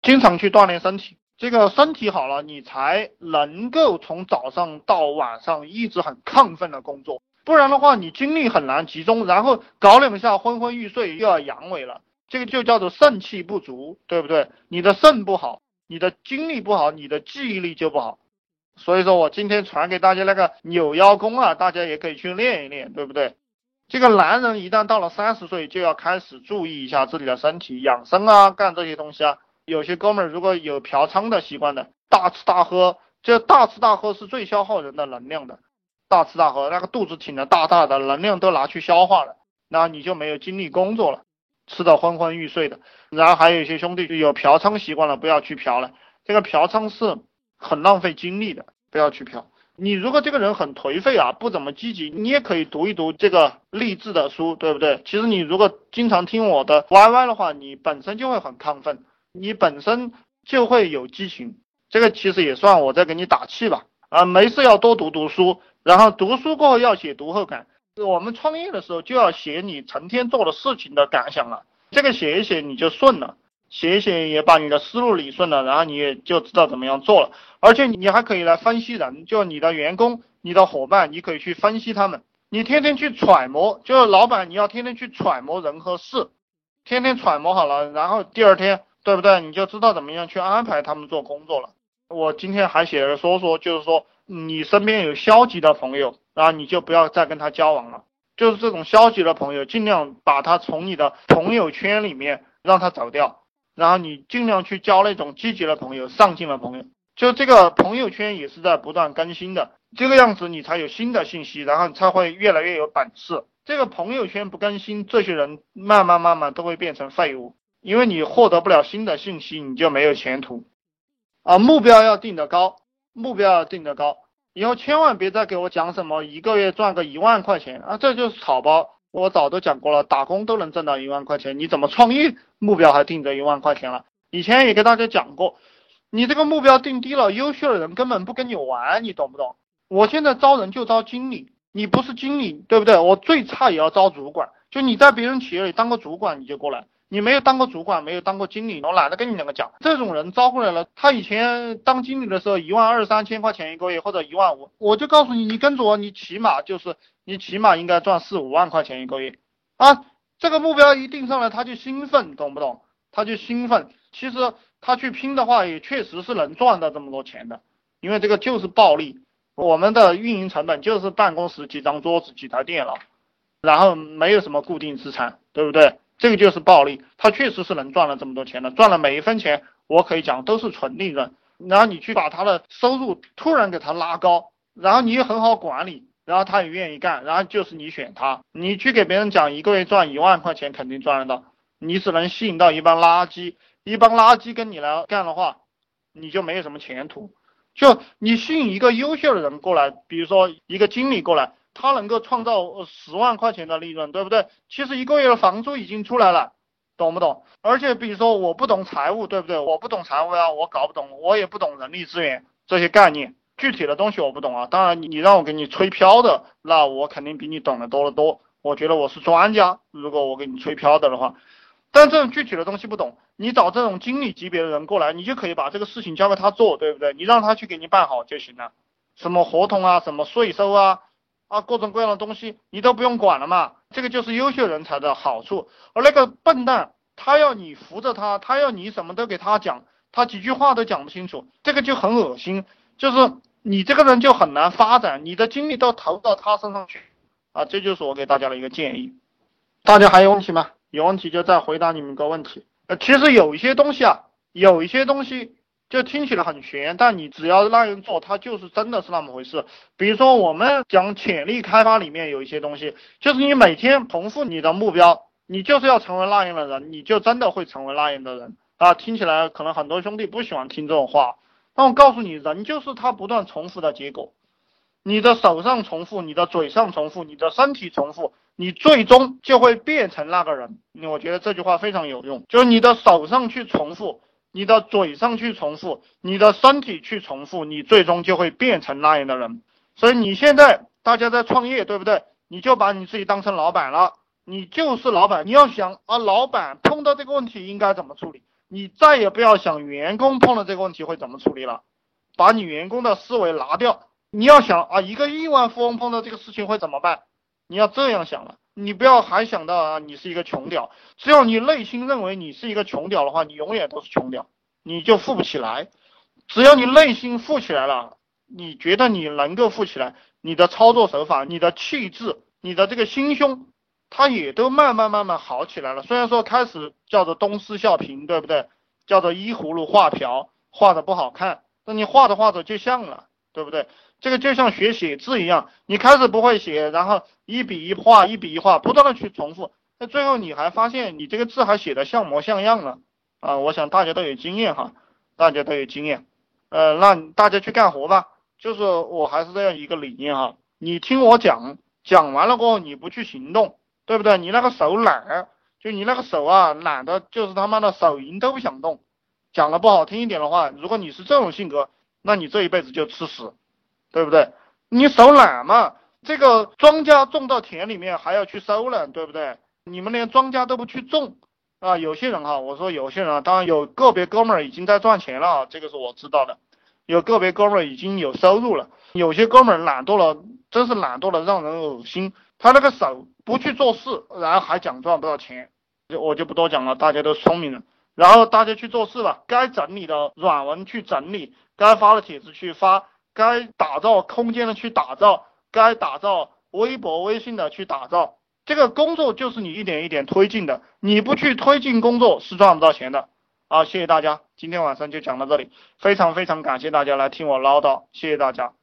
经常去锻炼身体，这个身体好了，你才能够从早上到晚上一直很亢奋的工作，不然的话你精力很难集中，然后搞两下昏昏欲睡又要阳痿了，这个就叫做肾气不足，对不对？你的肾不好，你的精力不好，你的记忆力就不好。所以说我今天传给大家那个扭腰功啊，大家也可以去练一练，对不对？这个男人一旦到了30岁，就要开始注意一下自己的身体，养生啊，干这些东西啊。有些哥们儿如果有嫖娼的习惯的，大吃大喝，这大吃大喝是最消耗人的能量的。大吃大喝，那个肚子挺得大大的，能量都拿去消化了，那你就没有精力工作了，吃得昏昏欲睡的。然后还有一些兄弟有嫖娼习惯了，不要去嫖了，这个嫖娼是很浪费精力的，不要去嫖。你如果这个人很颓废啊，不怎么积极，你也可以读一读这个励志的书，对不对？其实你如果经常听我的 YY 的话，你本身就会很亢奋，你本身就会有激情，这个其实也算我在给你打气吧。没事要多读书，然后读书过后要写读后感。我们创业的时候就要写你成天做的事情的感想了，这个写一写你就顺了，写一写也把你的思路理顺了，然后你也就知道怎么样做了。而且你还可以来分析人，就你的员工、你的伙伴，你可以去分析他们，你天天去揣摩，就是老板你要天天去揣摩人和事，天天揣摩好了，然后第二天，对不对？你就知道怎么样去安排他们做工作了。我今天还写了说，就是说你身边有消极的朋友，然后你就不要再跟他交往了，就是这种消极的朋友，尽量把他从你的朋友圈里面让他走掉，然后你尽量去交那种积极的朋友、上进的朋友。就这个朋友圈也是在不断更新的，这个样子你才有新的信息，然后你才会越来越有本事。这个朋友圈不更新，这些人慢慢都会变成废物，因为你获得不了新的信息，你就没有前途。目标要定得高，目标要定得高，以后千万别再给我讲什么一个月赚个1万块钱啊，这就是草包。我早都讲过了，打工都能挣到1万块钱，你怎么创业目标还定着1万块钱了？以前也给大家讲过，你这个目标定低了，优秀的人根本不跟你玩，你懂不懂？我现在招人就招经理，你不是经理，对不对？我最差也要招主管，就你在别人企业里当过主管你就过来，你没有当过主管，没有当过经理，我懒得跟你两个讲。这种人招过来了，他以前当经理的时候12000、3000块钱一个月或者15000，我就告诉你，你跟着我，你起码应该赚4、5万块钱一个月啊。这个目标一定上来，他就兴奋，懂不懂？他就兴奋。其实他去拼的话，也确实是能赚到这么多钱的，因为这个就是暴利。我们的运营成本就是办公室几张桌子、几台电脑，然后没有什么固定资产，对不对？这个就是暴利，他确实是能赚了这么多钱的，赚了每一分钱，我可以讲都是纯利润。然后你去把他的收入突然给他拉高，然后你也很好管理，然后他也愿意干，然后就是你选他，你去给别人讲一个月赚1万块钱肯定赚得到，你只能吸引到一帮垃圾，一帮垃圾跟你来干的话，你就没有什么前途。就你吸引一个优秀的人过来，比如说一个经理过来，他能够创造10万块钱的利润，对不对？其实一个月的房租已经出来了，懂不懂？而且比如说我不懂财务，对不对？我不懂财务啊，我搞不懂，我也不懂人力资源这些概念，具体的东西我不懂啊。当然你让我给你吹飘的，那我肯定比你懂得多得多，我觉得我是专家，如果我给你吹飘的话。但这种具体的东西不懂，你找这种经理级别的人过来，你就可以把这个事情交给他做，对不对？你让他去给你办好就行了。什么合同啊，什么税收啊，各种各样的东西你都不用管了嘛。这个就是优秀人才的好处。而那个笨蛋，他要你扶着他，他要你什么都给他讲，他几句话都讲不清楚，这个就很恶心。就是你这个人就很难发展，你的精力都投到他身上去这就是我给大家的一个建议。大家还有问题吗？有问题就再回答你们个问题。其实有一些东西就听起来很玄，但你只要让人做，它就是真的是那么回事。比如说我们讲潜力开发里面有一些东西，就是你每天重复你的目标，你就是要成为那样的人，你就真的会成为那样的人听起来可能很多兄弟不喜欢听这种话，但我告诉你，人就是他不断重复的结果。你的手上重复，你的嘴上重复，你的身体重复，你最终就会变成那个人。我觉得这句话非常有用，就是你的手上去重复，你的嘴上去重复，你的身体去重复，你最终就会变成那样的人。所以你现在大家在创业，对不对？你就把你自己当成老板了，你就是老板，你要想老板碰到这个问题应该怎么处理， 你再也不要想员工碰到这个问题会怎么处理了，把你员工的思维拿掉。你要想啊，一个亿万富翁碰到这个事情会怎么办？你要这样想了，你不要还想到啊，你是一个穷屌。只要你内心认为你是一个穷屌的话，你永远都是穷屌，你就富不起来。只要你内心富起来了，你觉得你能够富起来，你的操作手法、你的气质、你的这个心胸，它也都慢慢好起来了。虽然说开始叫做东施效颦，对不对？叫做依葫芦画瓢，画的不好看，那你画着画着就像了，对不对？这个就像学写字一样，你开始不会写，然后一笔一画，一笔一画，不断的去重复，那最后你还发现你这个字还写的像模像样了啊！我想大家都有经验哈，大家都有经验，让大家去干活吧。就是我还是这样一个理念哈，你听我讲，讲完了过后你不去行动，对不对？你那个手懒，就你那个手啊，懒的就是他妈的手淫都不想动。讲的不好听一点的话，如果你是这种性格，那你这一辈子就吃屎。对不对？你手懒嘛，这个庄稼种到田里面还要去收了，对不对？你们连庄稼都不去种啊！有些人哈，我说有些人啊，当然有个别哥们儿已经在赚钱了啊，这个是我知道的，有个别哥们儿已经有收入了，有些哥们儿懒惰了，真是懒惰了，让人恶心。他那个手不去做事，然后还讲赚不到钱，我就不多讲了，大家都聪明了。然后大家去做事吧，该整理的软文去整理，该发的帖子去发。该打造空间的去打造，该打造微博、微信的去打造。这个工作就是你一点一点推进的，你不去推进工作是赚不到钱的。好，谢谢大家，今天晚上就讲到这里，非常感谢大家来听我唠叨，谢谢大家。